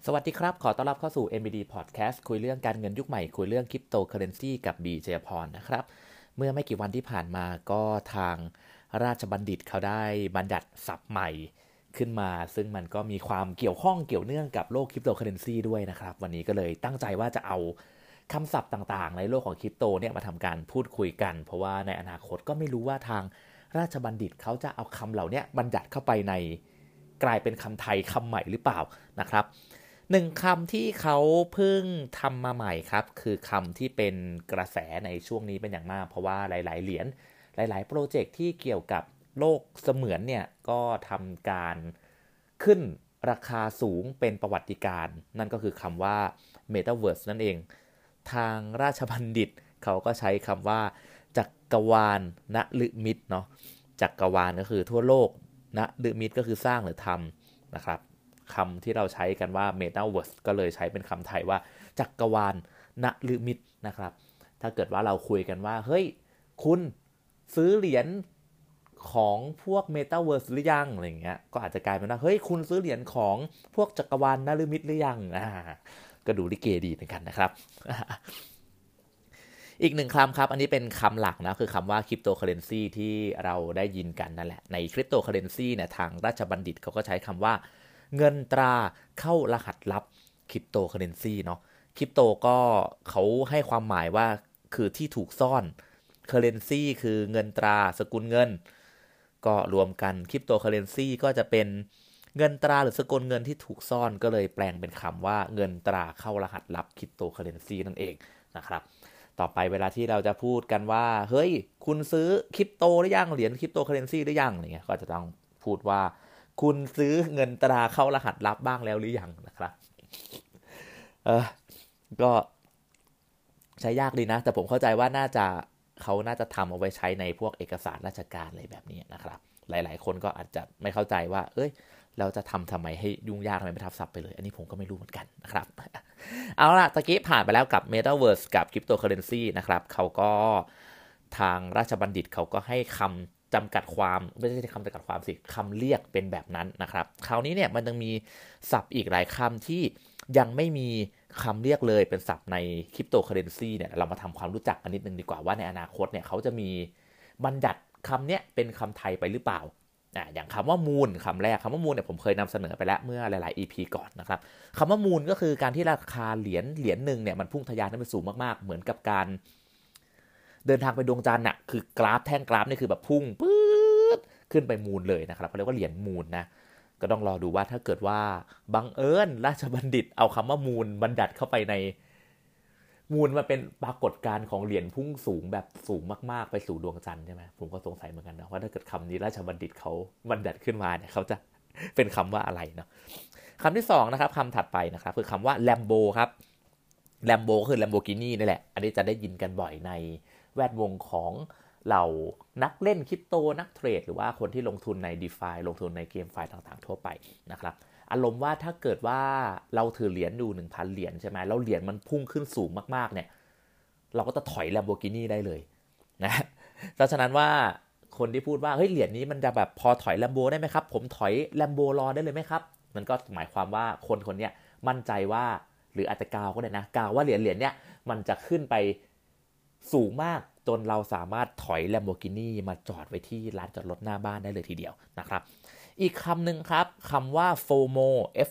สวัสดีครับขอต้อนรับเข้าสู่ MBD Podcast คุยเรื่องการเงินยุคใหม่คุยเรื่องคริปโตเคอเรนซีกับบีเจพรนะครับเมื่อไม่กี่วันที่ผ่านมาก็ทางราชบัณฑิตเขาได้บัญญัติศัพท์ใหม่ขึ้นมาซึ่งมันก็มีความเกี่ยวข้องเกี่ยวเนื่องกับโลกคริปโตเคอเรนซีด้วยนะครับวันนี้ก็เลยตั้งใจว่าจะเอาคำศัพท์ต่างๆในโลกของคริปโตเนี่ยมาทำการพูดคุยกันเพราะว่าในอนาคตก็ไม่รู้ว่าทางราชบัณฑิตเขาจะเอาคำเหล่านี้บัญญัติเข้าไปในกลายเป็นคำไทยคำใหม่หรือเปล่านะครับหนึ่งคำที่เขาเพิ่งทำมาใหม่ครับคือคำที่เป็นกระแสในช่วงนี้เป็นอย่างมากเพราะว่าหลายๆเหรียญหลายๆโปรเจกต์ที่เกี่ยวกับโลกเสมือนเนี่ยก็ทำการขึ้นราคาสูงเป็นประวัติการณ์นั่นก็คือคำว่า Metaverse นั่นเองทางราชบัณฑิตเขาก็ใช้คำว่าจักรวาลนฤมิตเนาะจักรวาลก็คือทั่วโลกนฤมิตก็คือสร้างหรือทำนะครับคำที่เราใช้กันว่า Metaverse ก็เลยใช้เป็นคำไทยว่าจักรวาลนฤมิตนะครับถ้าเกิดว่าเราคุยกันว่าเฮ้ยคุณซื้อเหรียญของพวก Metaverse หรือยังอะไรเงี้ยก็อาจจะกลายเป็นว่าเฮ้ยคุณซื้อเหรียญของพวกจักรวาลนฤมิตหรือยังก็ดูลิเกดีเหมือนกันนะครับ อีกหนึ่งคำครับอันนี้เป็นคำหลักนะคือคำว่าคริปโตเคอเรนซีที่เราได้ยินกันนั่นแหละในคริปโตเคอเรนซีเนี่ยทางราชบัณฑิตเขาก็ใช้คำว่าเงินตราเข้ารหัสลับคริปโตเคอเรนซีเนาะคริปโตก็เขาให้ความหมายว่าคือที่ถูกซ่อนเคอเรนซีคือเงินตราสกุลเงินก็รวมกันคริปโตเคอเรนซีก็จะเป็นเงินตราหรือสกุลเงินที่ถูกซ่อนก็เลยแปลงเป็นคำว่าเงินตราเข้ารหัสลับคริปโตเคอเรนซีนั่นเองนะครับต่อไปเวลาที่เราจะพูดกันว่าเฮ้ยคุณซื้อคริปโตหรือยังเหรียญคริปโตเคอเรนซีหรือยังอะไรเงี้ยก็จะต้องพูดว่าคุณซื้อเงินตราเข้ารหัสลับบ้างแล้วหรือยังนะครับเออก็ใช้ยากดีนะแต่ผมเข้าใจว่าเขาน่าจะทำเอาไว้ใช้ในพวกเอกสารราชการอะไรแบบนี้นะครับหลายๆคนก็อาจจะไม่เข้าใจว่าเอ้ยเราจะทำไมให้ยุ่งยากทำไมไม่ทับศัพท์ไปเลยอันนี้ผมก็ไม่รู้เหมือนกันนะครับเอาล่ะตะกี้ผ่านไปแล้วกับ Metaverse กับ Cryptocurrency นะครับเขาก็ทางราชบัณฑิตเขาก็ให้คำจำกัดความไม่ใช่คำจำกัดความสิคำเรียกเป็นแบบนั้นนะครับคราวนี้เนี่ยมันยังมีศัพท์อีกหลายคำที่ยังไม่มีคำเรียกเลยเป็นศัพท์ในคริปโตเคอเรนซีเนี่ยเรามาทำความรู้จักกันนิดนึงดีกว่าว่าในอนาคตเนี่ยเขาจะมีบัญญัติคำเนี้ยเป็นคำไทยไปหรือเปล่าอย่างคำว่ามูลคำแรกคำว่ามูลเนี่ยผมเคยนำเสนอไปแล้วเมื่อหลายๆ EP ก่อนนะครับคำว่ามูลก็คือการที่ราคาเหรียญหนึ่งเนี่ยมันพุ่งทะยานขึ้นไปสูงมากๆเหมือนกับการเดินทางไปดวงจันทร์น่ะคือกราฟแท่งกราฟนี่คือแบบพุ่งปื๊ดขึ้นไปมูลเลยนะครับเขาเรียกว่าเหรียญมูลนะก็ต้องรอดูว่าถ้าเกิดว่าบังเอิญราชบัณฑิตเอาคำว่ามูลบัญญัติเข้าไปในมูลมาเป็นปรากฏการณ์ของเหรียญพุ่งสูงแบบสูงมากๆไปสู่ดวงจันทร์ใช่ไหมผมก็สงสัยเหมือนกันนะว่าถ้าเกิดคำนี้ราชบัณฑิตเขาบัญญัติขึ้นมาเนี่ยเขาจะเป็นคำว่าอะไรเนาะคำที่2นะครับคำถัดไปนะครับคือคำว่า Lambo ครับ Lambo ก็คือ Lamborghini นี่แหละอันนี้จะได้ยินกันบ่อยในแวดวงของเหล่านักเล่นคริปโตนักเทรดหรือว่าคนที่ลงทุนใน DeFi ลงทุนในเกมไฟต่างๆทั่วไปนะครับอารมณ์ว่าถ้าเกิดว่าเราถือเหรียญดู 1,000 เหรียญใช่ไหมแล้วเหรียญมันพุ่งขึ้นสูงมากๆเนี่ยเราก็จะถอย Lamborghini ได้เลยนะเพราะฉะนั้นว่าคนที่พูดว่าเฮ้ยเหรียญนี้มันจะแบบพอถอย Lambo ได้ไหมครับผมถอย Lambo รอได้เลยไหมครับมันก็หมายความว่าคนคนนี้มั่นใจว่าหรืออาจจะกาวก็ได้นะกาวว่าเหรียญเนี้ยมันจะขึ้นไปสูงมากจนเราสามารถถอย Lamborghini มาจอดไว้ที่ลานจอดรถหน้าบ้านได้เลยทีเดียวนะครับอีกคำหนึ่งครับคำว่า FOMO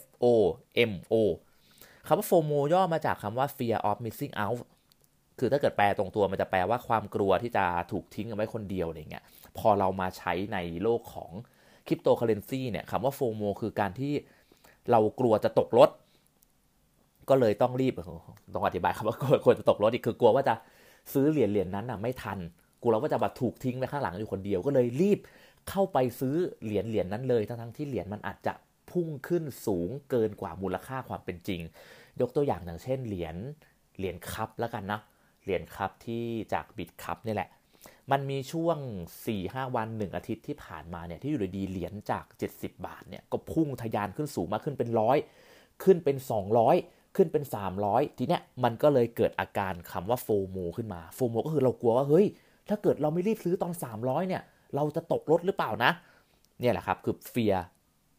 FOMO คำว่า FOMO ย่อมาจากคำว่า Fear of Missing Out คือถ้าเกิดแปลตรงตัวมันจะแปลว่าความกลัวที่จะถูกทิ้งเอาไว้คนเดียวอะไรเงี้ยพอเรามาใช้ในโลกของคริปโตเคอเรนซีเนี่ยคำว่า FOMO คือการที่เรากลัวจะตกรถก็เลยต้องรีบต้องอธิบายคำว่ากลัวจะตกรถอีกคือกลัวว่าจะซื้อเหรียญนั้นน่ะไม่ทันกลัวว่าจะถูกทิ้งไว้ข้างหลังอยู่คนเดียวก็เลยรีบเข้าไปซื้อเหรียญนั้นเลยทั้งที่เหรียญมันอาจจะพุ่งขึ้นสูงเกินกว่ามูลค่าความเป็นจริงยกตัวอย่างเช่นเหรียญคัพแล้วกันนะเหรียญคัพที่จากบิตคัพนี่แหละมันมีช่วง 4-5 วัน1อาทิตย์ที่ผ่านมาเนี่ยที่อยู่ดีๆเหรียญจาก70บาทเนี่ยก็พุ่งทะยานขึ้นสูงมากขึ้นเป็น100ขึ้นเป็น200ขึ้นเป็น300ทีเนี้ยมันก็เลยเกิดอาการคำว่าโฟโมขึ้นมาโฟโมก็คือเรากลัวว่าเฮ้ยถ้าเกิดเราไม่รีบซื้อตอน300เนี่ยเราจะตกรถหรือเปล่านะเนี่ยแหละครับคือ fear of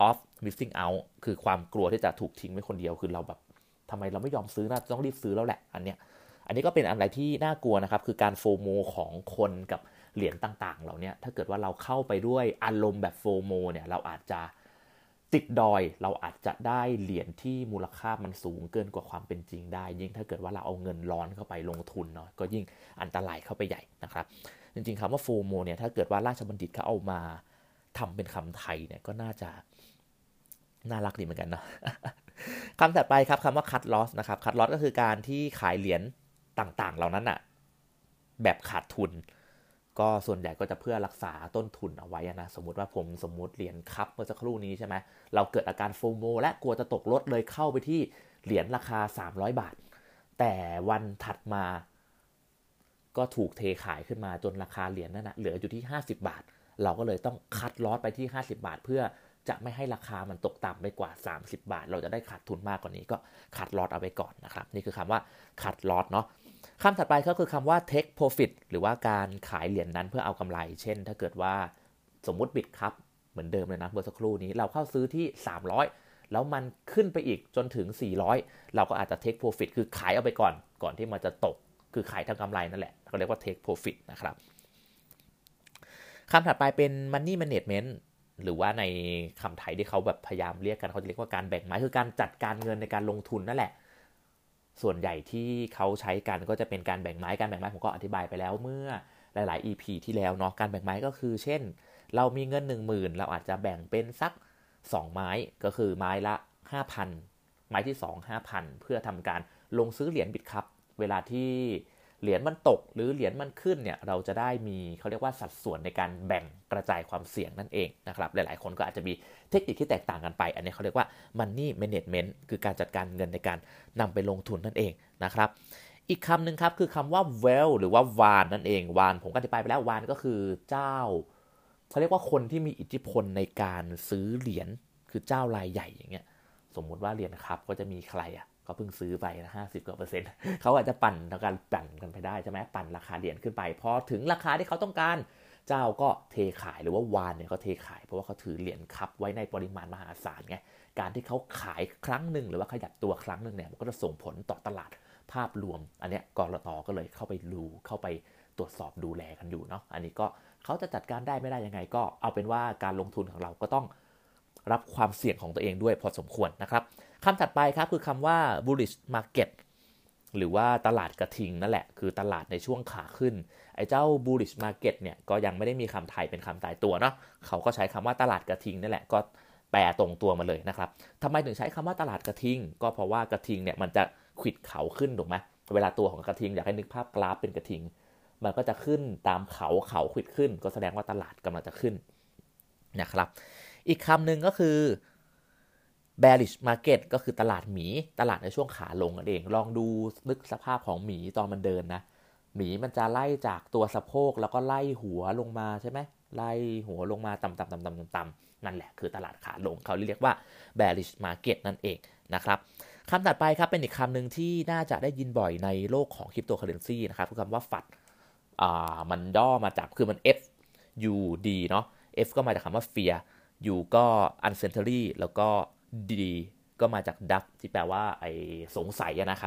missing out คือความกลัวที่จะถูกทิ้งไว้คนเดียวคือเราแบบทำไมเราไม่ยอมซื้อนะต้องรีบซื้อแล้วแหละอันนี้ก็เป็นอะไรที่น่ากลัวนะครับคือการโฟโมของคนกับเหรียญต่างๆเหล่านี้ถ้าเกิดว่าเราเข้าไปด้วยอารมณ์แบบโฟโมเนี่ยเราอาจจะติดดอยเราอาจจะได้เหรียญที่มูลค่ามันสูงเกินกว่าความเป็นจริงได้ยิ่งถ้าเกิดว่าเราเอาเงินร้อนเข้าไปลงทุนเนาะก็ยิ่งอันตรายเข้าไปใหญ่นะครับจริงๆคำว่าโฟโมเนี่ยถ้าเกิดว่าราชบัณฑิตเขาเอามาทำเป็นคำไทยเนี่ยก็น่ารักดีเหมือนกันเนาะ คำถัดไปครับคำว่า cut loss นะครับ cut loss ก็คือการที่ขายเหรียญต่างๆเหล่านั้นอะแบบขาดทุนก็ส่วนใหญ่ก็จะเพื่อรักษาต้นทุนเอาไว้นะสมมติว่าผมสมมติเหรียญคัพเมื่อสักครู่นี้ใช่ไหมเราเกิดอาการโฟโมและกลัวจะตกรถเลยเข้าไปที่เหรียญราคา300 บาทแต่วันถัดมาก็ถูกเทขายขึ้นมาจนราคาเหรียญนั่นนะเหลืออยู่ที่50 บาทเราก็เลยต้องคัดลอสไปที่50 บาทเพื่อจะไม่ให้ราคามันตกต่ำไปกว่า30 บาทเราจะได้ขาดทุนมากกว่านี้ก็คัดลอสเอาไปก่อนนะครับนี่คือคำว่าคัดลอสเนาะคำถัดไปก็คือคำว่า take profit หรือว่าการขายเหรียญนั้นเพื่อเอากำไรเช่นถ้าเกิดว่าสมมุติบิตครับเหมือนเดิมเลยนะเมื่อสักครู่นี้เราเข้าซื้อที่300แล้วมันขึ้นไปอีกจนถึง400เราก็อาจจะ take profit คือขายเอาไปก่อนที่มันจะตกคือขายทางกำไรนั่นแหละเขาเรียกว่า take profit นะครับคำถัดไปเป็น money management หรือว่าในคำไทยที่เขาแบบพยายามเรียกกันเขาจะเรียกว่าการแบ่งไม้คือการจัดการเงินในการลงทุนนั่นแหละส่วนใหญ่ที่เขาใช้กันก็จะเป็นการแบ่งไม้ผมก็อธิบายไปแล้วเมื่อหลายๆ EP ที่แล้วเนาะการแบ่งไม้ก็คือเช่นเรามีเงิน 10,000 เราอาจจะแบ่งเป็นสัก2ไม้ก็คือไม้ละ 5,000 ไม้ที่2 5,000 เพื่อทำการลงซื้อเหรียญบิตครับเวลาที่เหรียญมันตกหรือเหรียญมันขึ้นเนี่ยเราจะได้มีเขาเรียกว่าสัดส่วนในการแบ่งกระจายความเสี่ยงนั่นเองนะครับหลายๆคนก็อาจจะมีเทคนิคที่แตกต่างกันไปอันนี้เขาเรียกว่า money management คือการจัดการเงินในการนำไปลงทุนนั่นเองนะครับอีกคำหนึ่งครับคือคำว่า wealth หรือว่าวานนั่นเองวานผมก็อธิบายไปแล้ววานก็คือเจ้าเขาเรียกว่าคนที่มีอิทธิพลในการซื้อเหรียญคือเจ้ารายใหญ่อย่างเงี้ยสมมุติว่าเหรียญครับก็จะมีใครอ่ะก็เพิ่งซื้อไปนะ50 กว่า%เขาอาจจะปั่นกันไปได้ใช่ไหมปั่นราคาเหรียญขึ้นไปพอถึงราคาที่เขาต้องการเจ้าก็เทขายหรือว่าวานเนี่ยเขาเทขายเพราะว่าเขาถือเหรียญคัพไว้ในปริมาณมหาศาลไงการที่เขาขายครั้งหนึ่งหรือว่าขยับตัวครั้งหนึ่งเนี่ยมันก็จะส่งผลต่อตลาดภาพรวมอันเนี้ยกลต.ก็เลยเข้าไปตรวจสอบดูแลกันอยู่เนาะอันนี้ก็เขาจะจัดการได้ไม่ได้ยังไงก็เอาเป็นว่าการลงทุนของเราก็ต้องรับความเสี่ยงของตัวเองด้วยพอสมควรนะครับคำถัดไปครับคือคำว่า bullish market หรือว่าตลาดกระทิงนั่นแหละคือตลาดในช่วงขาขึ้นไอ้เจ้า bullish market เนี่ยก็ยังไม่ได้มีคำไทยเป็นคำตายตัวเนาะเขาก็ใช้คำว่าตลาดกระทิงนั่นแหละก็แปลตรงตัวมาเลยนะครับทำไมถึงใช้คำว่าตลาดกระทิงก็เพราะว่ากระทิงเนี่ยมันจะขวิดเขาขึ้นถูกไหมเวลาตัวของกระทิงอยากให้นึกภาพกราฟเป็นกระทิงมันก็จะขึ้นตามเขาขวิดขึ้นก็แสดงว่าตลาดกำลังจะขึ้นนะครับอีกคำหนึ่งก็คือ bearish market ก็คือตลาดหมีตลาดในช่วงขาลงนั่นเองลองดูนึกสภาพของหมีตอนมันเดินนะหมีมันจะไล่จากตัวสะโพกแล้วก็ไล่หัวลงมาใช่ไหมไล่หัวลงมาต่ำๆนั่นแหละคือตลาดขาลงเขาเรียกว่า bearish market นั่นเองนะครับคำถัดไปครับเป็นอีกคำหนึ่งที่น่าจะได้ยินบ่อยในโลกของคริปโตเคอเรนซีนะครับคือคำว่าฟัดมันย่อมาจากคือมัน F U D เนาะ F ก็มาจากคำว่า fear U ก็ uncertainty แล้วก็ D ก็มาจาก doubt ที่แปลว่าไอ้สงสัยนะครับ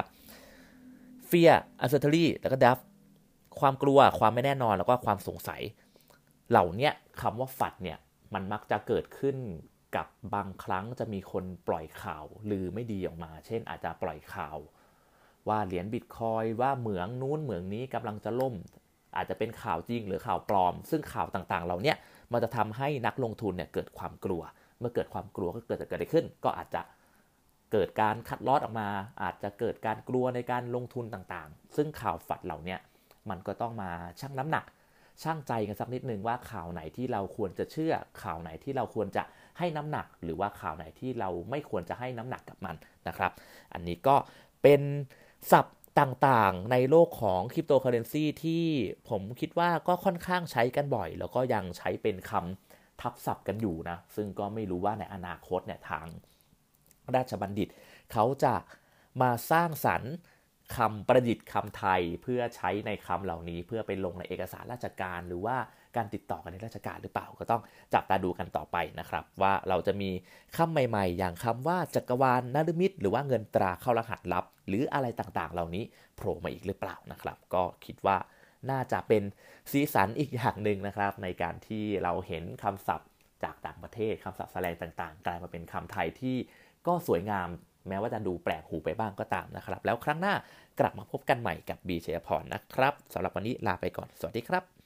fear uncertainty แล้วก็ doubt ความกลัวความไม่แน่นอนแล้วก็ความสงสัยเหล่านี้คำว่าฝัดเนี่ยมันมักจะเกิดขึ้นกับบางครั้งจะมีคนปล่อยข่าวลือไม่ดีออกมาเช่นอาจจะปล่อยข่าวว่าเหรียญบิตคอยว่าเหมืองนู้นเหมืองนี้กำลังจะล่มอาจจะเป็นข่าวจริงหรือข่าวปลอมซึ่งข่าวต่างๆเหล่านี้มันจะทำให้นักลงทุนเนี่ยเกิดความกลัวเมื่อเกิดความกลัวก็เกิดอะไรขึ้นก็อาจจะเกิดการคัดลอสออกมาอาจจะเกิดการกลัวในการลงทุนต่างๆซึ่งข่าวฝัดเหล่านี้มันก็ต้องมาชั่งน้ำหนักชั่งใจกันสักนิดนึงว่าข่าวไหนที่เราควรจะเชื่อข่าวไหนที่เราควรจะให้น้ำหนักหรือว่าข่าวไหนที่เราไม่ควรจะให้น้ำหนักกับมันนะครับอันนี้ก็เป็นศัพท์ต่างๆในโลกของคริปโตเคอเรนซีที่ผมคิดว่าก็ค่อนข้างใช้กันบ่อยแล้วก็ยังใช้เป็นคำทับศัพท์กันอยู่นะซึ่งก็ไม่รู้ว่าในอนาคตเนี่ยทางราชบัณฑิตเขาจะมาสร้างสรรค์คำประดิษฐ์คำไทยเพื่อใช้ในคำเหล่านี้เพื่อไปลงในเอกสารราชการหรือว่าการติดต่อกันในราชการหรือเปล่าก็ต้องจับตาดูกันต่อไปนะครับว่าเราจะมีคำใหม่ๆอย่างคำว่าจักรวาลนฤมิตหรือว่าเงินตราเข้ารหัสลับหรืออะไรต่างๆเหล่านี้โผล่มาอีกหรือเปล่านะครับก็คิดว่าน่าจะเป็นสีสันอีกอย่างหนึ่งนะครับในการที่เราเห็นคำศัพท์จากต่างประเทศคำศัพท์แสลงต่างๆกลายมาเป็นคำไทยที่ก็สวยงามแม้ว่าจะดูแปลกหูไปบ้างก็ตามนะครับแล้วครั้งหน้ากลับมาพบกันใหม่กับบีชัยพรนะครับสำหรับวันนี้ลาไปก่อนสวัสดีครับ